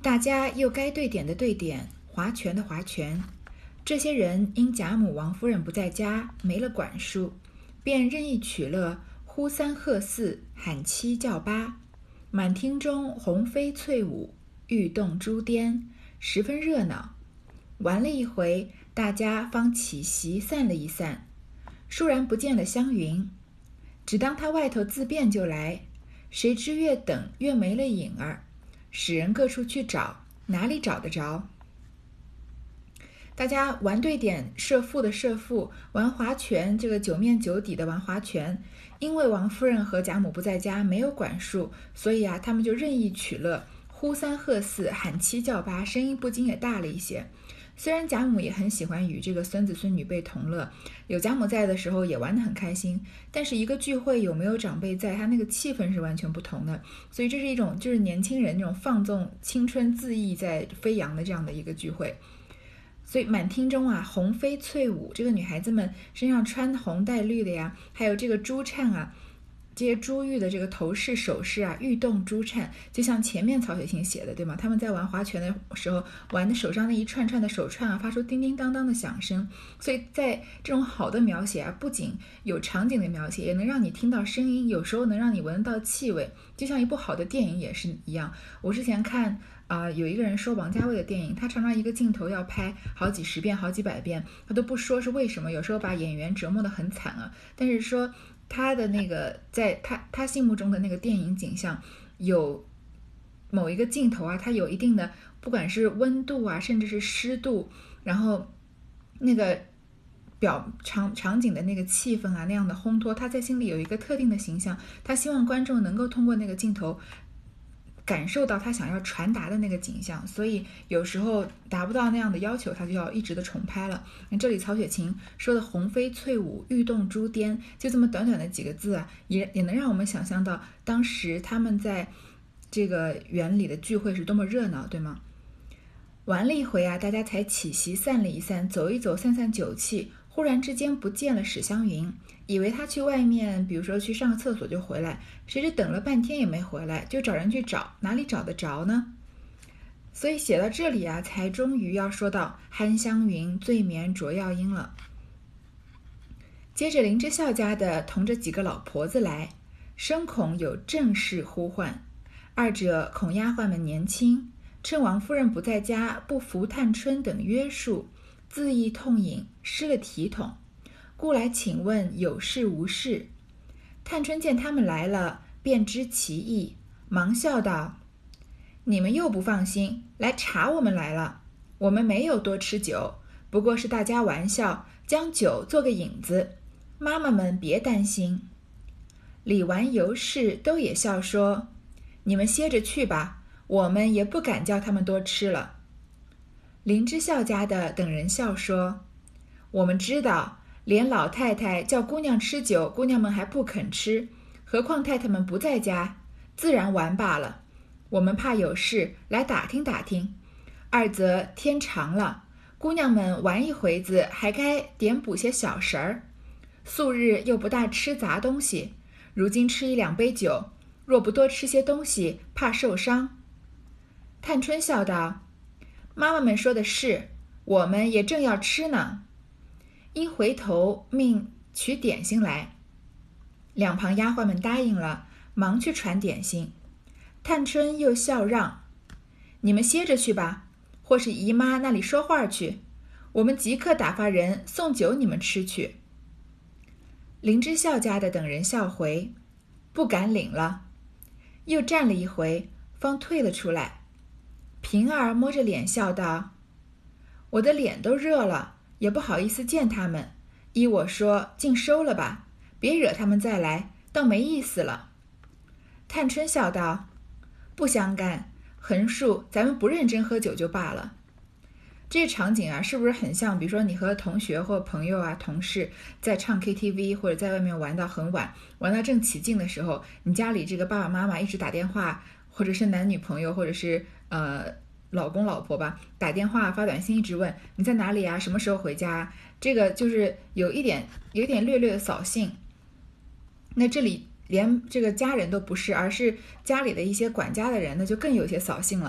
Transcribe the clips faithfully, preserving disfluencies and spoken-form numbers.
大家又该对点的对点，划拳的划拳。这些人因贾母王夫人不在家，没了管束，便任意取乐，呼三喝四，喊七叫八，满厅中红飞翠舞，玉动珠颠，十分热闹。玩了一回，大家方起席散了一散，倏然不见了湘云，只当他外头自便就来，谁知越等越没了影儿，使人各处去找，哪里找得着？大家玩对点射覆的射覆，玩划拳，这个九面九底的玩划拳。因为王夫人和贾母不在家，没有管束，所以啊，他们就任意取乐，呼三喝四，喊七叫八，声音不禁也大了一些。虽然贾母也很喜欢与这个孙子孙女辈同乐，有贾母在的时候也玩得很开心，但是一个聚会有没有长辈在，他那个气氛是完全不同的。所以这是一种就是年轻人那种放纵青春恣意在飞扬的这样的一个聚会。所以满厅中啊，红飞翠舞，这个女孩子们身上穿红带绿的呀，还有这个珠颤啊，这些珠玉的这个头饰首饰啊，玉动珠颤，就像前面曹雪芹写的，对吗？他们在玩划拳的时候，玩的手上那一串串的手串啊，发出叮叮当当的响声。所以在这种好的描写啊，不仅有场景的描写，也能让你听到声音，有时候能让你闻到气味，就像一部好的电影也是一样。我之前看啊、呃，有一个人说王家卫的电影，他常常一个镜头要拍好几十遍、好几百遍，他都不说是为什么，有时候把演员折磨得很惨啊。但是说他的那个在他他心目中的那个电影景象，有某一个镜头啊，它有一定的不管是温度啊，甚至是湿度，然后那个表场场景的那个气氛啊，那样的烘托，他在心里有一个特定的形象，他希望观众能够通过那个镜头感受到他想要传达的那个景象，所以有时候达不到那样的要求，他就要一直的重拍了。这里曹雪芹说的红飞翠舞，玉动珠颠，就这么短短的几个字啊，也也能让我们想象到当时他们在这个园里的聚会是多么热闹，对吗？玩了一回啊，大家才起席散了一散，走一走，散散酒气。忽然之间不见了史湘云，以为他去外面，比如说去上个厕所就回来，谁知等了半天也没回来，就找人去找，哪里找得着呢？所以写到这里啊，才终于要说到憨湘云醉眠着药阴了。接着林之孝家的同着几个老婆子来，生恐有正事呼唤，二者恐丫鬟们年轻，趁王夫人不在家，不服探春等约束，自意痛饮，失了体统，故来请问有事无事。探春见他们来了，便知其意，忙笑道：你们又不放心，来查我们来了。我们没有多吃酒，不过是大家玩笑，将酒做个引子，妈妈们别担心。理完尤氏都也笑说：你们歇着去吧，我们也不敢叫他们多吃了。林之孝家的等人笑说：我们知道，连老太太叫姑娘吃酒，姑娘们还不肯吃，何况太太们不在家，自然玩罢了。我们怕有事，来打听打听。二则天长了，姑娘们玩一回子，还该点补些小食儿。素日又不大吃杂东西，如今吃一两杯酒，若不多吃些东西，怕受伤。探春笑道：妈妈们说的是，我们也正要吃呢。因回头命取点心来，两旁丫鬟们答应了，忙去传点心。探春又笑让：你们歇着去吧，或是姨妈那里说话去，我们即刻打发人送酒你们吃去。林之孝家的等人笑回：不敢领了。又站了一回，方退了出来。平儿摸着脸笑道：我的脸都热了，也不好意思见他们，依我说尽收了吧，别惹他们再来，倒没意思了。探春笑道：不相干，横竖咱们不认真喝酒就罢了。这场景啊，是不是很像比如说你和同学或朋友啊同事在唱 K T V 或者在外面玩到很晚，玩到正起劲的时候，你家里这个爸爸妈妈一直打电话，或者是男女朋友，或者是呃老公老婆吧，打电话发短信一直问你在哪里啊，什么时候回家，这个就是有一点有一点略略的扫兴。那这里连这个家人都不是，而是家里的一些管家的人，那就更有些扫兴了。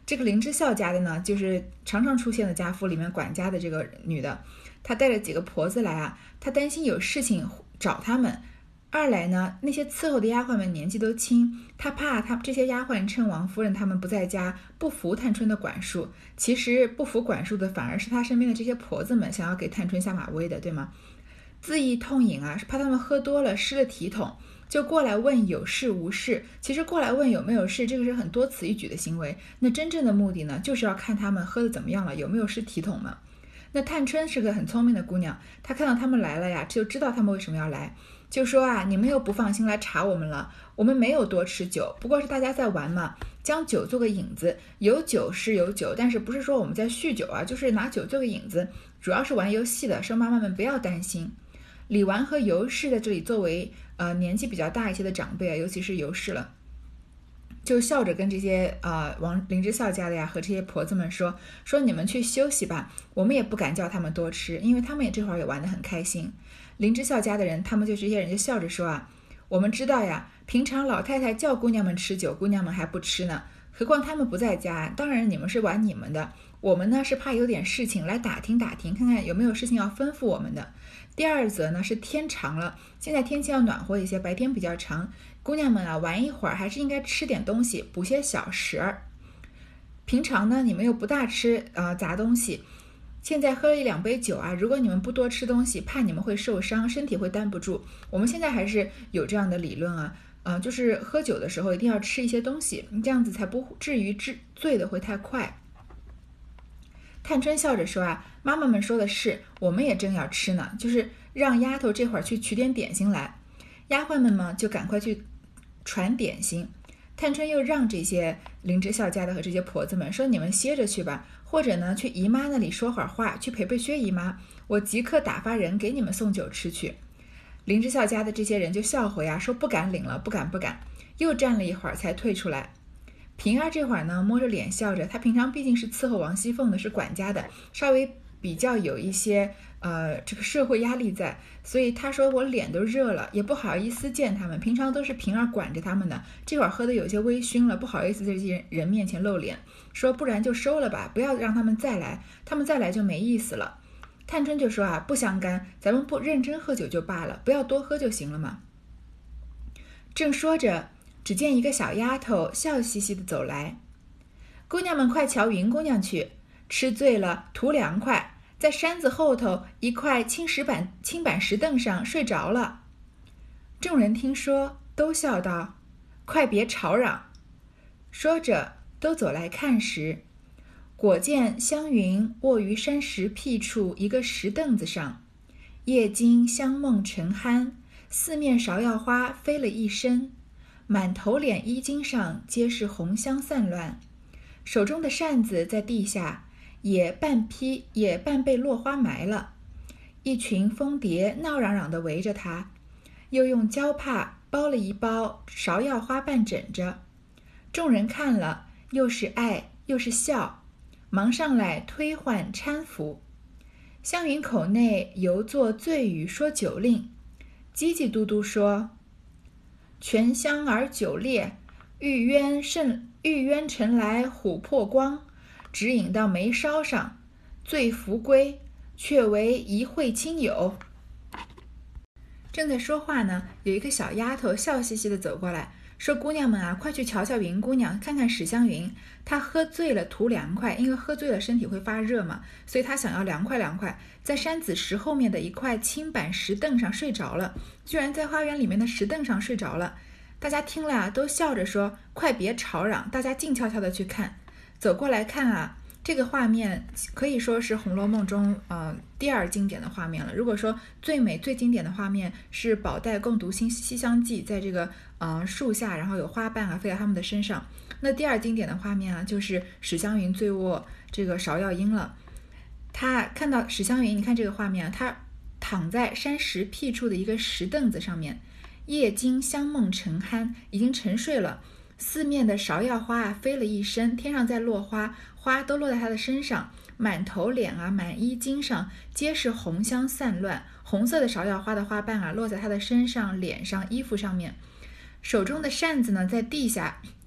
这个林之孝家的呢，就是常常出现的家父里面管家的这个女的，她带了几个婆子来啊，她担心有事情找他们。二来呢，那些伺候的丫鬟们年纪都轻，她怕她这些丫鬟趁王夫人他们不在家，不服探春的管束。其实不服管束的反而是她身边的这些婆子们想要给探春下马威的，对吗？自意痛饮啊，是怕他们喝多了失了体统，就过来问有事无事。其实过来问有没有事，这个是很多此一举的行为。那真正的目的呢，就是要看他们喝的怎么样了，有没有失体统嘛。那探春是个很聪明的姑娘，她看到他们来了呀，就知道他们为什么要来，就说啊，你们又不放心来查我们了，我们没有多吃酒，不过是大家在玩嘛，将酒做个引子，有酒是有酒，但是不是说我们在酗酒啊，就是拿酒做个引子，主要是玩游戏的，说妈妈们不要担心。李纨和尤氏在这里作为呃年纪比较大一些的长辈啊，尤其是尤氏了，就笑着跟这些呃王林之孝家的呀和这些婆子们说说你们去休息吧，我们也不敢叫他们多吃，因为他们也这会儿也玩得很开心。林之孝家的人，他们就这些人就笑着说啊，我们知道呀，平常老太太叫姑娘们吃酒，姑娘们还不吃呢，何况他们不在家，当然你们是玩你们的，我们呢是怕有点事情来打听打听，看看有没有事情要吩咐我们的。第二则呢是天长了，现在天气要暖和一些，白天比较长，姑娘们啊玩一会儿还是应该吃点东西，补些小食儿。平常呢你们又不大吃呃杂东西，现在喝了一两杯酒啊，如果你们不多吃东西，怕你们会受伤，身体会担不住。我们现在还是有这样的理论啊，呃，就是喝酒的时候一定要吃一些东西，这样子才不至于醉醉的会太快。探春笑着说啊，妈妈们说的是，我们也正要吃呢，就是让丫头这会儿去取点点心来。丫鬟们嘛，就赶快去传点心。探春又让这些林之孝家的和这些婆子们说，你们歇着去吧，或者呢去姨妈那里说会儿话，去陪陪薛姨妈，我即刻打发人给你们送酒吃去。林之孝家的这些人就笑回啊，说不敢领了，不敢不敢，又站了一会儿才退出来。平儿这会儿呢摸着脸笑着，她平常毕竟是伺候王熙凤的，是管家的，稍微比较有一些呃这个社会压力在，所以她说我脸都热了，也不好意思见他们，平常都是平儿管着他们的，这会儿喝的有些微醺了，不好意思在这些人面前露脸，说不然就收了吧，不要让他们再来，他们再来就没意思了。探春就说啊，不相干，咱们不认真喝酒就罢了，不要多喝就行了嘛。正说着，只见一个小丫头笑嘻嘻地走来，姑娘们快瞧云姑娘去，吃醉了图凉快，在山子后头一块青石板青板石凳上睡着了。众人听说都笑道，快别吵嚷。说着都走来看时，果见湘云卧于山石僻处一个石凳子上，夜惊香梦沉酣，四面芍药花飞了一身，满头脸衣襟上皆是红香散乱，手中的扇子在地下也半披也半被落花埋了，一群蜂蝶闹嚷嚷地围着他，又用胶帕包了一包芍药花瓣枕着。众人看了，又是爱又是笑，忙上来推唤搀扶。湘云口内犹作醉语说酒令，叽叽嘟嘟说，泉香而酒冽，玉渊甚玉渊晨来琥珀光，只引到眉梢上，醉扶归，却为一会亲友。正在说话呢，有一个小丫头笑嘻嘻地走过来，说姑娘们啊，快去瞧瞧云姑娘，看看史湘云，她喝醉了图凉快，因为喝醉了身体会发热嘛，所以她想要凉快凉快，在山子石后面的一块青板石凳上睡着了，居然在花园里面的石凳上睡着了。大家听了啊，都笑着说快别吵嚷，大家静悄悄地去看。走过来看啊，这个画面可以说是《红楼梦》中呃第二经典的画面了。如果说最美最经典的画面是宝黛共读西西厢记，在这个呃树下，然后有花瓣啊飞到他们的身上，那第二经典的画面啊就是史湘云醉卧这个芍药阴了。他看到史湘云，你看这个画面啊，他躺在山石僻处的一个石凳子上面，夜惊香梦沉酣，已经沉睡了，四面的芍药花啊飞了一身，天上在落花，花都落在他的身上，满头脸啊满衣襟上皆是红香散乱，红色的芍药花的花瓣啊落在他的身上、脸上、衣服上面，手中的扇子呢在地下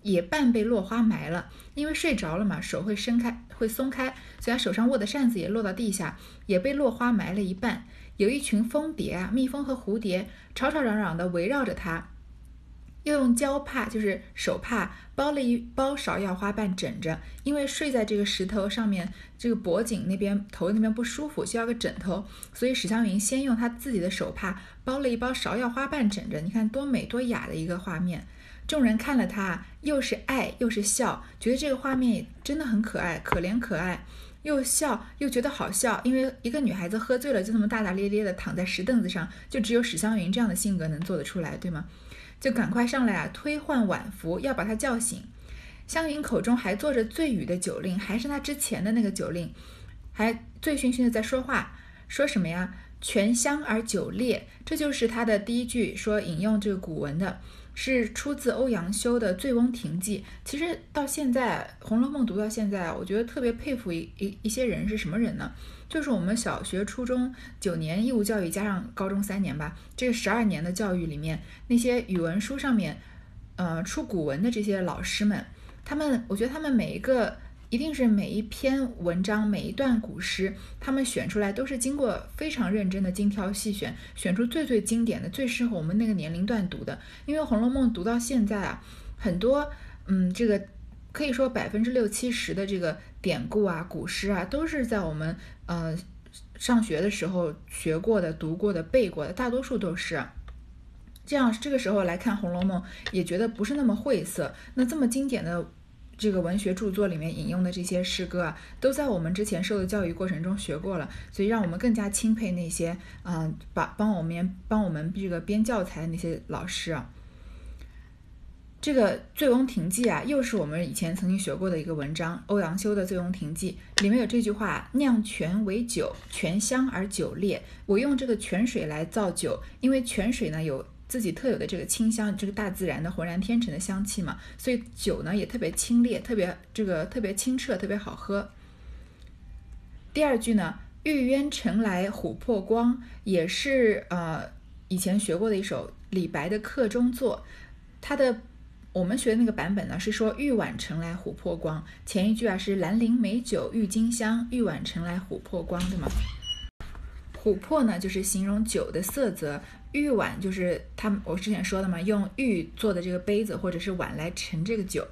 也半被落花埋了，因为睡着了嘛，手会伸开，会松开，所以他手上握的扇子也落到地下，也被落花埋了一半。有一群蜂蝶啊，蜜蜂和蝴蝶吵吵嚷嚷地围绕着他，又用胶帕，就是手帕包了一包芍药花瓣枕着，因为睡在这个石头上面，这个脖颈那边头那边不舒服，需要个枕头，所以史湘云先用他自己的手帕包了一包芍药花瓣枕着。你看多美多雅的一个画面。众人看了他，又是爱又是笑，觉得这个画面真的很可爱，可怜可爱，又笑又觉得好笑，因为一个女孩子喝醉了就这么大大咧咧的躺在石凳子上，就只有史湘云这样的性格能做得出来，对吗？就赶快上来啊，推唤晚福，要把他叫醒。湘云口中还坐着醉语的酒令，还是他之前的那个酒令，还醉醺醺的在说话，说什么呀？泉香而酒冽，这就是他的第一句，说引用这个古文的，是出自欧阳修的《醉翁亭记》。其实到现在《红楼梦》读到现在，我觉得特别佩服一一一些人是什么人呢？就是我们小学、初中九年义务教育加上高中三年吧，这十二年的教育里面，那些语文书上面，呃，出古文的这些老师们，他们，我觉得他们每一个。一定是每一篇文章每一段古诗他们选出来都是经过非常认真的精挑细选，选出最最经典的最适合我们那个年龄段读的。因为《红楼梦》读到现在啊，很多嗯这个可以说百分之六七十的这个典故啊古诗啊都是在我们呃上学的时候学过的读过的背过的，大多数都是这样。这个时候来看《红楼梦》也觉得不是那么晦涩。那这么经典的这个文学著作里面引用的这些诗歌啊，都在我们之前受的教育过程中学过了，所以让我们更加钦佩那些嗯、呃，把帮我们帮我们这个编教材的那些老师啊。这个《醉翁亭记》啊，又是我们以前曾经学过的一个文章，欧阳修的《醉翁亭记》里面有这句话：酿泉为酒，泉香而酒冽。我用这个泉水来造酒，因为泉水呢有自己特有的这个清香，这个大自然的浑然天成的香气嘛，所以酒呢也特别清冽，特别这个特别清澈，特别好喝。第二句呢，玉渊城来琥珀光，也是呃以前学过的一首李白的课中作。它的我们学的那个版本呢是说玉碗盛来琥珀光，前一句啊是兰陵美酒郁金香，玉碗盛来琥珀光，对吗？琥珀呢就是形容酒的色泽，玉碗就是他们我之前说的嘛，用玉做的这个杯子或者是碗来盛这个酒。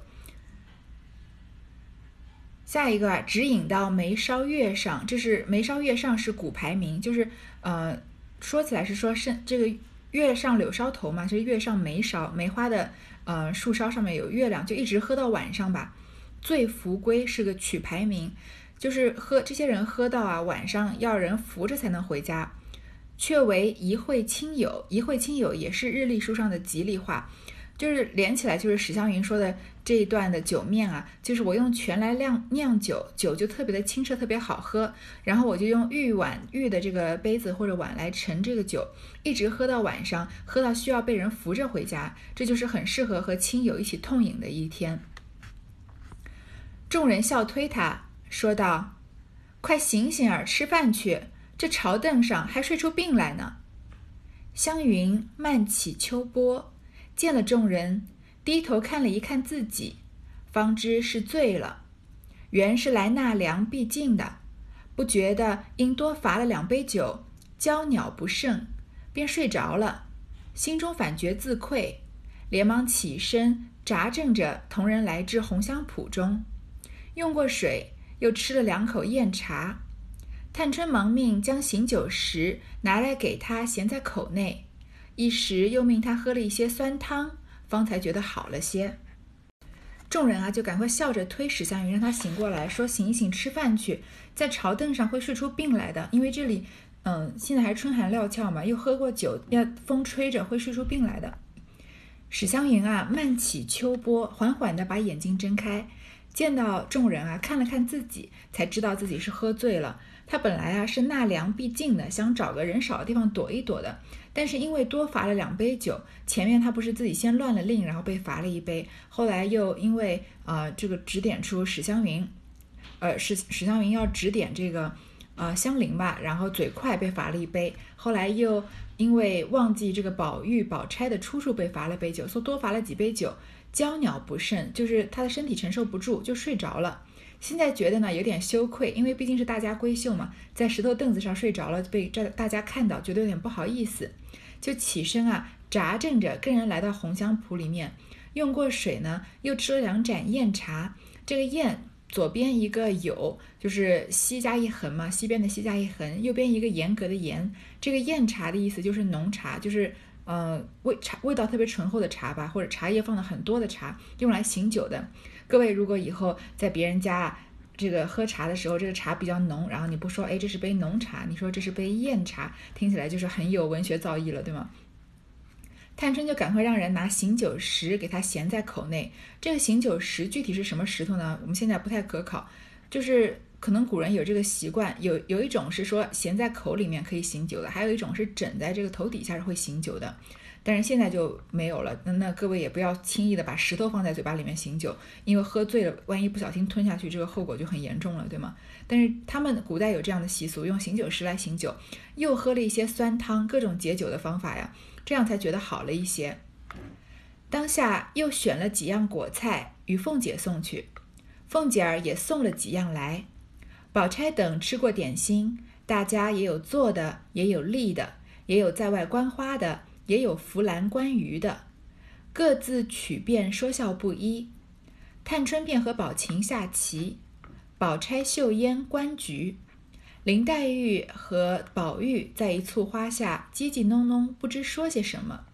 下一个啊，直引到眉梢月上，这是眉梢月上是古排名，就是呃说起来是说是这个月上柳梢头嘛，就是月上眉梢，梅花的呃树梢上面有月亮，就一直喝到晚上吧。醉扶归是个曲牌名，就是喝这些人喝到啊晚上要人扶着才能回家。却为一会亲友，一会亲友也是日历书上的吉利话，就是连起来就是史湘云说的这一段的酒面啊，就是我用泉来酿酿酒，酒就特别的清澈，特别好喝，然后我就用玉碗玉的这个杯子或者碗来盛这个酒，一直喝到晚上，喝到需要被人扶着回家，这就是很适合和亲友一起痛饮的一天。众人笑推他，说道：快醒醒儿，吃饭去，这朝凳上还睡出病来呢。湘云慢起秋波，见了众人，低头看了一看自己，方知是醉了，原是来纳凉避静的，不觉得因多罚了两杯酒，娇鸟不胜，便睡着了，心中反觉自愧，连忙起身札正着同人来至红香圃中，用过水，又吃了两口酽茶。探春忙命将醒酒食拿来给他衔在口内，一时又命他喝了一些酸汤，方才觉得好了些。众人啊就赶快笑着推史湘云让他醒过来，说醒一醒，吃饭去，在朝凳上会睡出病来的，因为这里嗯，现在还春寒料峭嘛，又喝过酒，要风吹着会睡出病来的。史湘云啊慢起秋波，缓缓地把眼睛睁开，见到众人啊看了看自己，才知道自己是喝醉了。他本来啊是纳凉避静的，想找个人少的地方躲一躲的，但是因为多罚了两杯酒，前面他不是自己先乱了令，然后被罚了一杯，后来又因为呃这个指点出史湘云，呃史史湘云要指点这个呃香菱吧，然后嘴快被罚了一杯，后来又因为忘记这个宝玉宝钗的出处被罚了杯酒，所以多罚了几杯酒。 娇鸟不慎，就是他的身体承受不住就睡着了。现在觉得呢有点羞愧，因为毕竟是大家闺秀嘛，在石头凳子上睡着了，被大家看到，觉得有点不好意思，就起身啊，扎正着跟人来到红香圃里面，用过水呢，又吃了两盏酽茶。这个酽左边一个酉，就是西加一横嘛，西边的西加一横，右边一个严格的严。这个酽茶的意思就是浓茶，就是呃味茶味道特别醇厚的茶吧，或者茶叶放了很多的茶，用来醒酒的。各位如果以后在别人家这个喝茶的时候，这个茶比较浓，然后你不说哎这是杯浓茶，你说这是杯酽茶，听起来就是很有文学造诣了，对吗？探春就赶快让人拿醒酒石给他衔在口内。这个醒酒石具体是什么石头呢？我们现在不太可考，就是可能古人有这个习惯，有有一种是说衔在口里面可以醒酒的，还有一种是枕在这个头底下是会醒酒的，但是现在就没有了。那那各位也不要轻易的把石头放在嘴巴里面醒酒，因为喝醉了万一不小心吞下去，这个后果就很严重了，对吗？但是他们古代有这样的习俗，用醒酒石来醒酒，又喝了一些酸汤，各种解酒的方法呀，这样才觉得好了一些。当下又选了几样果菜与凤姐送去，凤姐儿也送了几样来。宝钗等吃过点心，大家也有坐的，也有立的，也有在外观花的，也有扶栏观鱼的，各自曲辩说笑不一。探春便和宝琴下棋，宝钗绣烟观菊，林黛玉和宝玉在一簇花下叽叽哝哝，不知说些什么。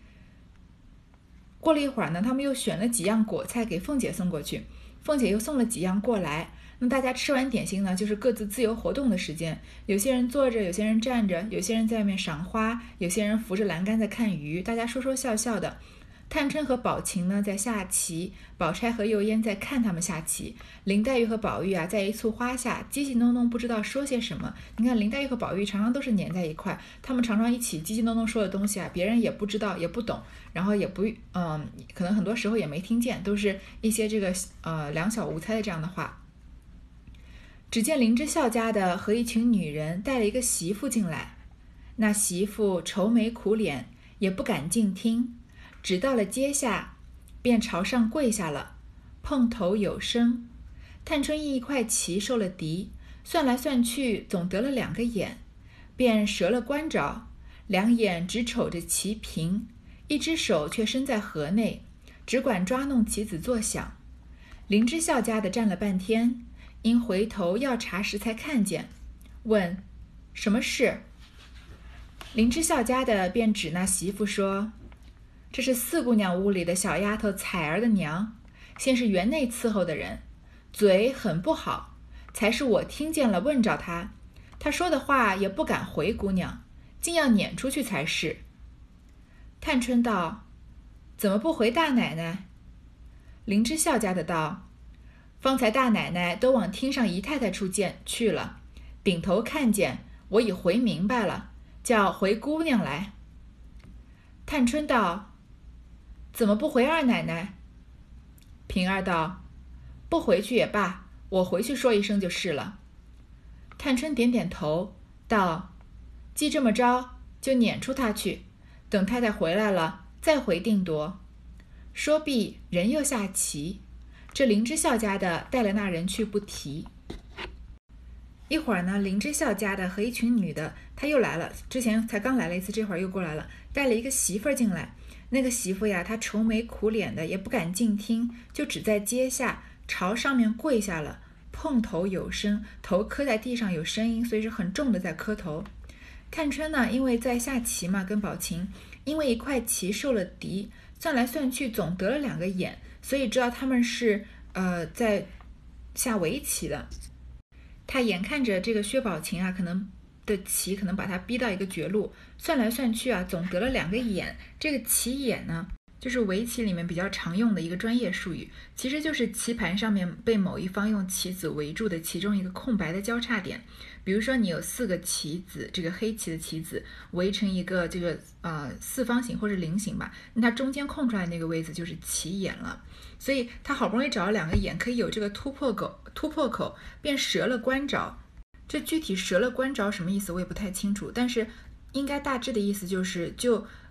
过了一会儿呢，他们又选了几样果菜给凤姐送过去，凤姐又送了几样过来。那大家吃完点心呢，就是各自自由活动的时间，有些人坐着，有些人站着，有些人在外面赏花，有些人扶着栏杆在看鱼，大家说说笑笑的。探春和宝琴呢在下棋，宝钗和幼烟在看他们下棋，林黛玉和宝玉啊在一簇花下叽叽哝哝，不知道说些什么。你看林黛玉和宝玉常常都是黏在一块，他们常常一起叽叽哝哝说的东西啊，别人也不知道也不懂，然后也不嗯，可能很多时候也没听见，都是一些这个呃两小无猜的这样的话。只见林之孝家的和一群女人带了一个媳妇进来，那媳妇愁眉苦脸，也不敢静听，只到了阶下，便朝上跪下了，碰头有声。探春一块棋受了敌，算来算去总得了两个眼，便折了关爪，两眼只瞅着棋屏，一只手却伸在盒内，只管抓弄棋子作响。林之孝家的站了半天，因回头要茶时才看见，问什么事。林之孝家的便指那媳妇说，这是四姑娘屋里的小丫头彩儿的娘，先是园内伺候的人，嘴很不好，才是我听见了问着她，她说的话也不敢回姑娘，竟要撵出去才是。探春道，怎么不回大奶奶？林之孝家的道，方才大奶奶都往厅上姨太太处见去了，顶头看见，我已回明白了，叫回姑娘来。探春道，怎么不回二奶奶？平儿道，不回去也罢，我回去说一声就是了。探春点点头，道，既这么着，就撵出她去，等太太回来了，再回定夺。说毕，人又下棋。这林之孝家的带了那人去不提。一会儿呢，林之孝家的和一群女的，他又来了，之前才刚来了一次，这会儿又过来了，带了一个媳妇儿进来。那个媳妇呀，她愁眉苦脸的，也不敢静听，就只在阶下朝上面跪下了，碰头有声，头磕在地上有声音，所以是很重的在磕头。探春呢，因为在下棋嘛，跟宝琴，因为一块棋受了敌，算来算去总得了两个眼，所以知道他们是呃在下围棋的。他眼看着这个薛宝琴啊，可能的棋可能把他逼到一个绝路，算来算去啊，总得了两个眼。这个棋眼呢，就是围棋里面比较常用的一个专业术语，其实就是棋盘上面被某一方用棋子围住的其中一个空白的交叉点。比如说你有四个棋子，这个黑棋的棋子围成一个这个呃四方形或者菱形吧，那它中间空出来那个位置就是棋眼了。所以他好不容易找了两个眼，可以有这个突破口，突破口便折了关爪。这具体折了关爪什么意思我也不太清楚，但是应该大致的意思就是就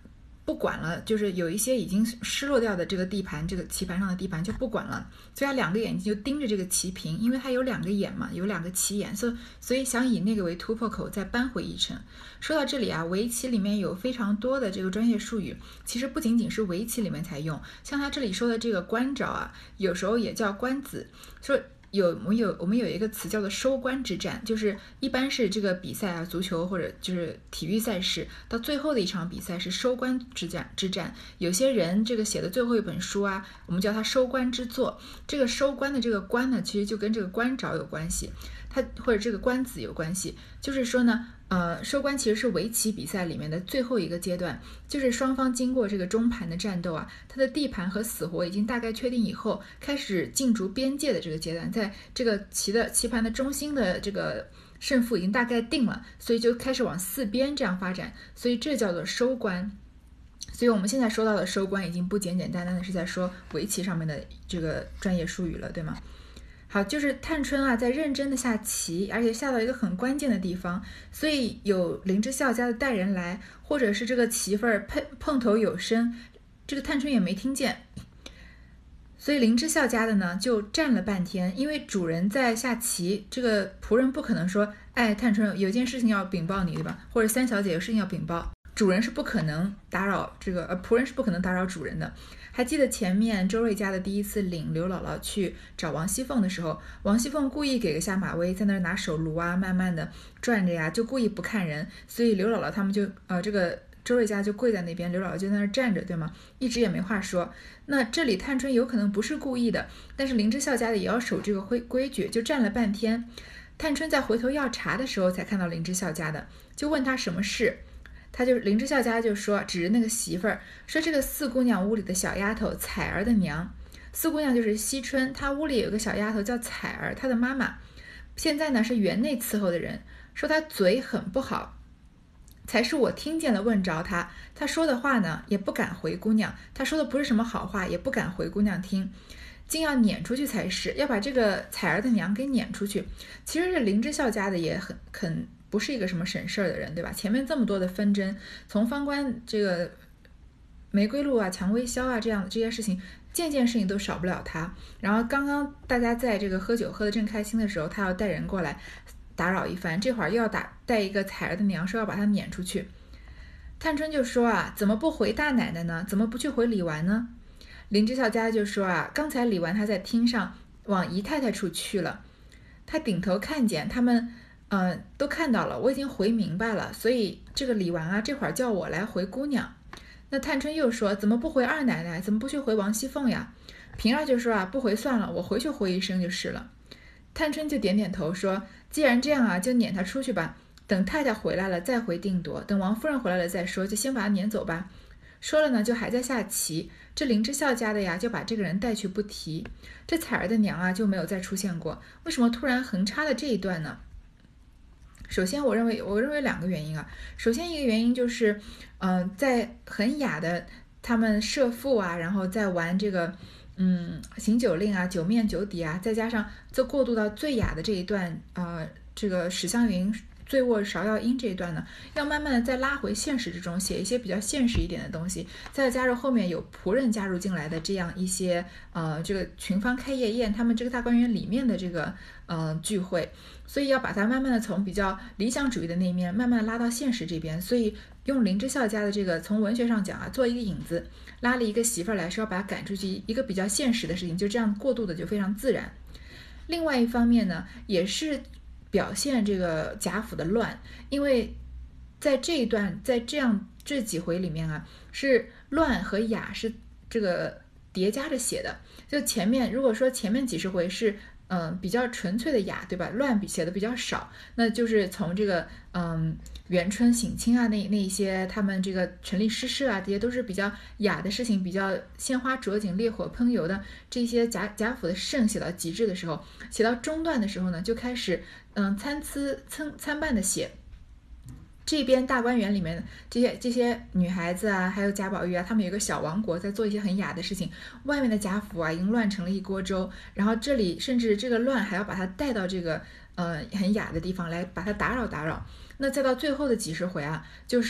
不管了，就是有一些已经失落掉的这个地盘，这个棋盘上的地盘就不管了，所以他两个眼睛就盯着这个棋屏，因为他有两个眼嘛，有两个棋眼，所以所以想以那个为突破口再扳回一城。说到这里啊，围棋里面有非常多的这个专业术语，其实不仅仅是围棋里面才用，像他这里说的这个官爪啊，有时候也叫官子，说。有我们有我们有一个词叫做收官之战，就是一般是这个比赛啊，足球或者就是体育赛事到最后的一场比赛是收官之战之战。有些人这个写的最后一本书啊，我们叫它收官之作。这个收官的这个官呢，其实就跟这个官爪有关系，它或者这个官子有关系。就是说呢，呃，收官其实是围棋比赛里面的最后一个阶段，就是双方经过这个中盘的战斗啊，它的地盘和死活已经大概确定以后，开始竞逐边界的这个阶段，在这个棋的棋盘的中心的这个胜负已经大概定了，所以就开始往四边这样发展，所以这叫做收官。所以我们现在说到的收官已经不简简单单的是在说围棋上面的这个专业术语了，对吗？好，就是探春啊，在认真的下棋，而且下到一个很关键的地方，所以有林之孝家的带人来，或者是这个棋份碰碰头有声，这个探春也没听见，所以林之孝家的呢就站了半天，因为主人在下棋，这个仆人不可能说，哎，探春有件事情要禀报你，对吧？或者三小姐有事情要禀报，主人是不可能打扰这个，呃，仆人是不可能打扰主人的。还记得前面周瑞家的第一次领刘姥姥去找王熙凤的时候，王熙凤故意给个下马威，在那儿拿手炉啊，慢慢的转着呀，就故意不看人，所以刘姥姥他们就呃这个周瑞家就跪在那边，刘姥姥就在那儿站着，对吗？一直也没话说。那这里探春有可能不是故意的，但是林之孝家的也要守这个规规矩，就站了半天。探春在回头要茶的时候才看到林之孝家的，就问他什么事。他就林之孝家就说，指着那个媳妇儿说，这个四姑娘屋里的小丫头彩儿的娘，四姑娘就是惜春，她屋里有个小丫头叫彩儿，她的妈妈现在呢是园内伺候的人，说她嘴很不好，才是我听见了问着她，她说的话呢也不敢回姑娘，她说的不是什么好话，也不敢回姑娘听，竟要撵出去才是，要把这个彩儿的娘给撵出去。其实这林之孝家的也很肯不是一个什么省事儿的人，对吧？前面这么多的纷争，从方官这个玫瑰露啊、蔷薇销啊这样这些事情，件件事情都少不了他。然后刚刚大家在这个喝酒喝得正开心的时候，他要带人过来打扰一番，这会儿又要打带一个彩儿的娘，说要把他撵出去。探春就说啊，怎么不回大奶奶呢？怎么不去回李纨呢？林之孝家就说啊，刚才李纨她在厅上往姨太太处去了，她顶头看见他们嗯、呃，都看到了，我已经回明白了，所以这个李纨啊，这会儿叫我来回姑娘。那探春又说，怎么不回二奶奶？怎么不去回王熙凤呀？平儿就说啊，不回算了，我回去回一声就是了。探春就点点头说，既然这样啊，就撵她出去吧，等太太回来了再回定夺，等王夫人回来了再说，就先把她撵走吧。说了呢，就还在下棋。这林之孝家的呀，就把这个人带去不提。这彩儿的娘啊，就没有再出现过。为什么突然横插了这一段呢？首先我认为我认为两个原因啊。首先一个原因就是，嗯、呃，在很雅的他们设伏啊，然后再玩这个嗯行酒令啊、九面九底啊，再加上这过渡到最雅的这一段，呃，这个史湘云醉卧芍药阴这一段呢，要慢慢的再拉回现实之中，写一些比较现实一点的东西，再加入后面有仆人加入进来的这样一些呃这个群芳开夜宴，他们这个大观园里面的这个呃聚会，所以要把它慢慢的从比较理想主义的那一面慢慢拉到现实这边，所以用林之孝家的这个从文学上讲啊，做一个引子，拉了一个媳妇儿来说要把她赶出去，一个比较现实的事情，就这样过渡的就非常自然。另外一方面呢，也是表现这个贾府的乱，因为在这一段在这样这几回里面啊，是乱和雅是这个叠加着写的。就前面如果说前面几十回是嗯比较纯粹的雅，对吧？乱比写的比较少，那就是从这个嗯元春省亲啊那那一些他们这个成立诗社啊，这些都是比较雅的事情，比较鲜花着锦烈火烹油的这些贾贾府的事写到极致的时候，写到中段的时候呢，就开始嗯参差参参半的写。这边大观园里面这些这些女孩子啊，还有贾宝玉啊，他们有个小王国在做一些很雅的事情，外面的贾府啊已经乱成了一锅粥，然后这里甚至这个乱还要把它带到这个呃很雅的地方来把它打扰打扰。那再到最后的几十回啊，就是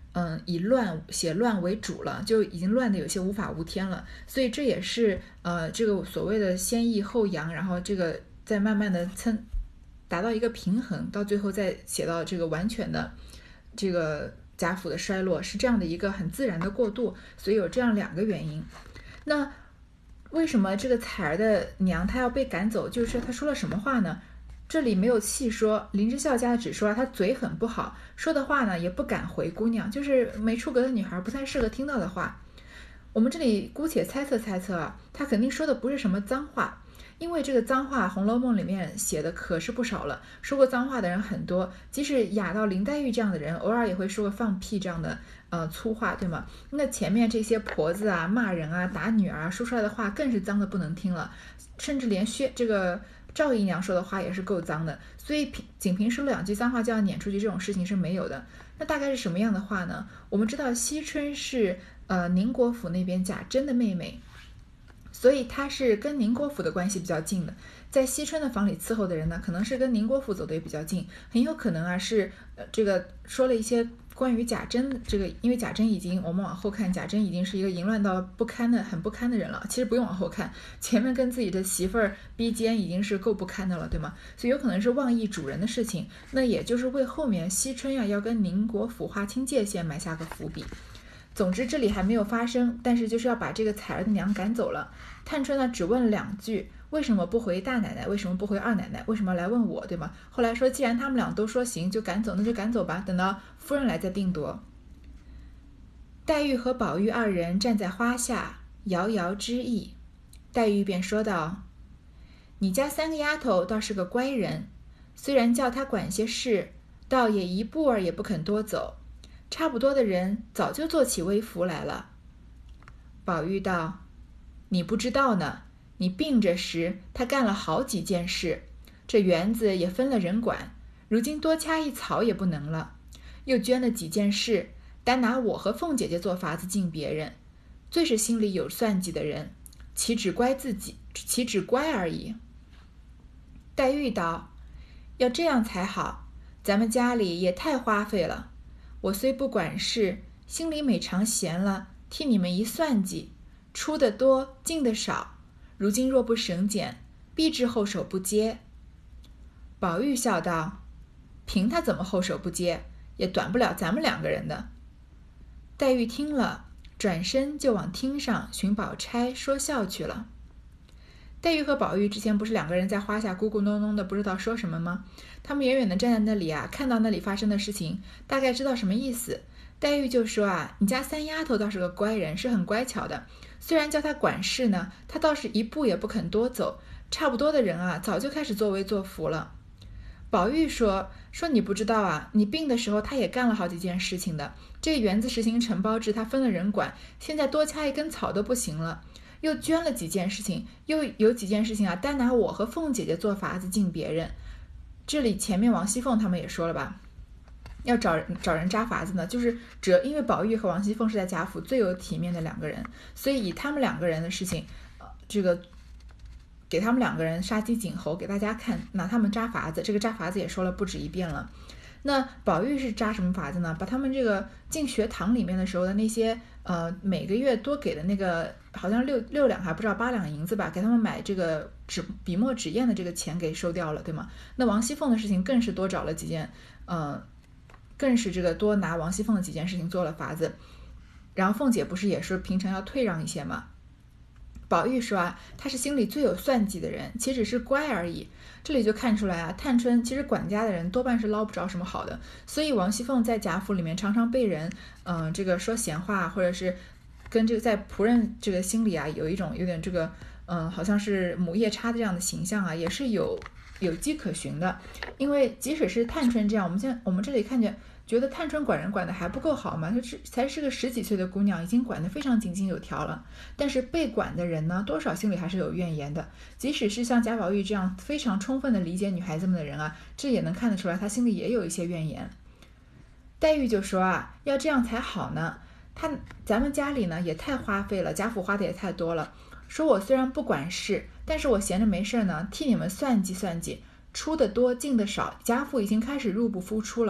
嗯，以乱写乱为主了，就已经乱的有些无法无天了。所以这也是呃这个所谓的先抑后扬，然后这个再慢慢的参达到一个平衡，到最后再写到这个完全的这个贾府的衰落，是这样的一个很自然的过渡。所以有这样两个原因。那为什么这个彩儿的娘她要被赶走？就是她说了什么话呢？这里没有细说，林之孝家只说她嘴很不好，说的话呢也不敢回姑娘，就是没出阁的女孩不太适合听到的话。我们这里姑且猜测猜测啊，她肯定说的不是什么脏话，因为这个脏话《红楼梦》里面写的可是不少了，说过脏话的人很多，即使雅到林黛玉这样的人，偶尔也会说个放屁这样的呃粗话，对吗？那前面这些婆子啊、骂人啊、打女儿啊，说出来的话更是脏的不能听了，甚至连薛这个赵姨娘说的话也是够脏的，所以凭仅凭说两句脏话就要撵出去，这种事情是没有的。那大概是什么样的话呢？我们知道惜春是呃宁国府那边贾珍的妹妹，所以她是跟宁国府的关系比较近的。在惜春的房里伺候的人呢，可能是跟宁国府走的也比较近，很有可能啊是呃这个说了一些关于贾珍这个，因为贾珍已经我们往后看，贾珍已经是一个淫乱到不堪的很不堪的人了。其实不用往后看，前面跟自己的媳妇儿逼奸已经是够不堪的了，对吗？所以有可能是忘义主人的事情，那也就是为后面惜春呀、啊、要跟宁国府划清界限埋下个伏笔。总之这里还没有发生，但是就是要把这个彩儿的娘赶走了。探春呢只问了两句，为什么不回大奶奶，为什么不回二奶奶，为什么来问我，对吗？后来说既然他们俩都说行就赶走，那就赶走吧，等到夫人来再定夺。黛玉和宝玉二人站在花下遥遥之意，黛玉便说道：你家三个丫头倒是个乖人，虽然叫她管些事，倒也一步儿也不肯多走，差不多的人早就做起微服来了。宝玉道：你不知道呢，你病着时他干了好几件事，这园子也分了人管，如今多掐一草也不能了，又捐了几件事，单拿我和凤姐姐做法子敬别人，最是心里有算计的人，岂只乖自己，岂只乖而已。黛玉道：要这样才好，咱们家里也太花费了，我虽不管事，心里每常闲了，替你们一算计，出的多进的少，如今若不省俭，必至后手不接。宝玉笑道：凭他怎么后手不接，也短不了咱们两个人的。黛玉听了，转身就往厅上寻宝钗说笑去了。黛玉和宝玉之前不是两个人在花下咕咕哝哝的不知道说什么吗？他们远远的站在那里啊，看到那里发生的事情，大概知道什么意思。黛玉就说啊，你家三丫头倒是个乖人，是很乖巧的，虽然叫她管事呢，她倒是一步也不肯多走，差不多的人啊早就开始作威作福了。宝玉说说你不知道啊，你病的时候他也干了好几件事情的，这个园子实行承包制，他分了人管，现在多掐一根草都不行了，又捐了几件事情，又有几件事情啊单拿我和凤姐姐做法子敬别人。这里前面王熙凤他们也说了吧，要找人找人扎法子呢，就是折，因为宝玉和王熙凤是在贾府最有体面的两个人，所以以他们两个人的事情，呃，这个给他们两个人杀鸡儆猴给大家看，拿他们扎法子，这个扎法子也说了不止一遍了。那宝玉是扎什么法子呢？把他们这个进学堂里面的时候的那些呃每个月多给的那个好像六六两还不知道八两银子吧，给他们买这个纸笔墨纸砚的这个钱给收掉了，对吗？那王熙凤的事情更是多找了几件，呃，更是这个多拿王熙凤的几件事情做了法子。然后凤姐不是也是平常要退让一些吗？宝玉说啊，他是心里最有算计的人，岂只是乖而已。这里就看出来啊，探春其实管家的人多半是捞不着什么好的，所以王熙凤在贾府里面常常被人，嗯、呃，这个说闲话，或者是跟这个在仆人这个心里啊，有一种有点这个，嗯、呃，好像是母夜叉的这样的形象啊，也是有有迹可循的。因为即使是探春这样，我们现在我们这里看见。觉得探春管人管得还不够好吗？她是才是个十几岁的姑娘，已经管得非常井井有条了。但是被管的人呢，多少心里还是有怨言的。即使是像贾宝玉这样非常充分的理解女孩子们的人啊，这也能看得出来，他心里也有一些怨言。黛玉就说啊，要这样才好呢。他咱们家里呢也太花费了，贾府花的也太多了。说我虽然不管事，但是我闲着没事呢，替你们算计算计，出的多进的少，贾府已经开始入不敷出了。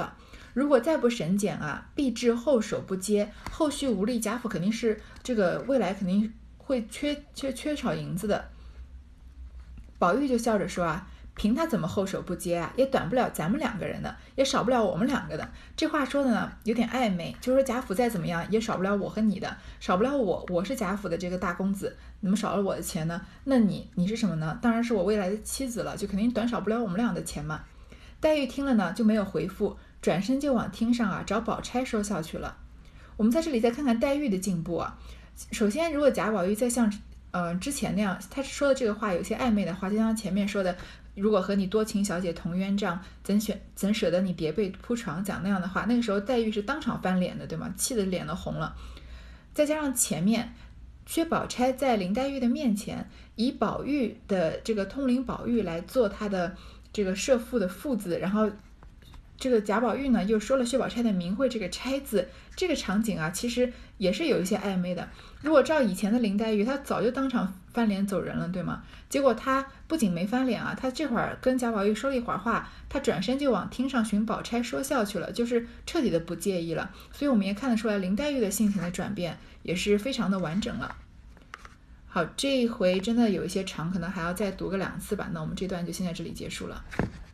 如果再不审检啊，必致后手不接，后续无力，贾府肯定是这个未来肯定会缺缺缺少银子的。宝玉就笑着说啊，凭他怎么后手不接啊，也短不了咱们两个人的，也少不了我们两个的。这话说的呢有点暧昧，就是说贾府再怎么样也少不了我和你的，少不了我，我是贾府的这个大公子，怎么少了我的钱呢？那你你是什么呢？当然是我未来的妻子了，就肯定短少不了我们俩的钱嘛。黛玉听了呢就没有回复，转身就往厅上啊找宝钗说笑去了。我们在这里再看看黛玉的进步啊。首先，如果贾宝玉再像呃之前那样，他说的这个话有些暧昧的话，就像前面说的，如果和你多情小姐同冤账，怎选怎舍得你叠被铺床，讲那样的话，那个时候黛玉是当场翻脸的，对吗？气得脸都红了。再加上前面薛宝钗在林黛玉的面前，以宝玉的这个通灵宝玉来做他的这个社父的父字，然后这个贾宝玉呢又说了薛宝钗的名讳这个钗字，这个场景啊其实也是有一些暧昧的。如果照以前的林黛玉，她早就当场翻脸走人了，对吗？结果她不仅没翻脸啊，她这会儿跟贾宝玉说了一会儿话，她转身就往厅上寻宝钗说笑去了，就是彻底的不介意了。所以我们也看得出来林黛玉的性情的转变也是非常的完整了。好，这一回真的有一些长，可能还要再读个两次吧，那我们这段就先在这里结束了。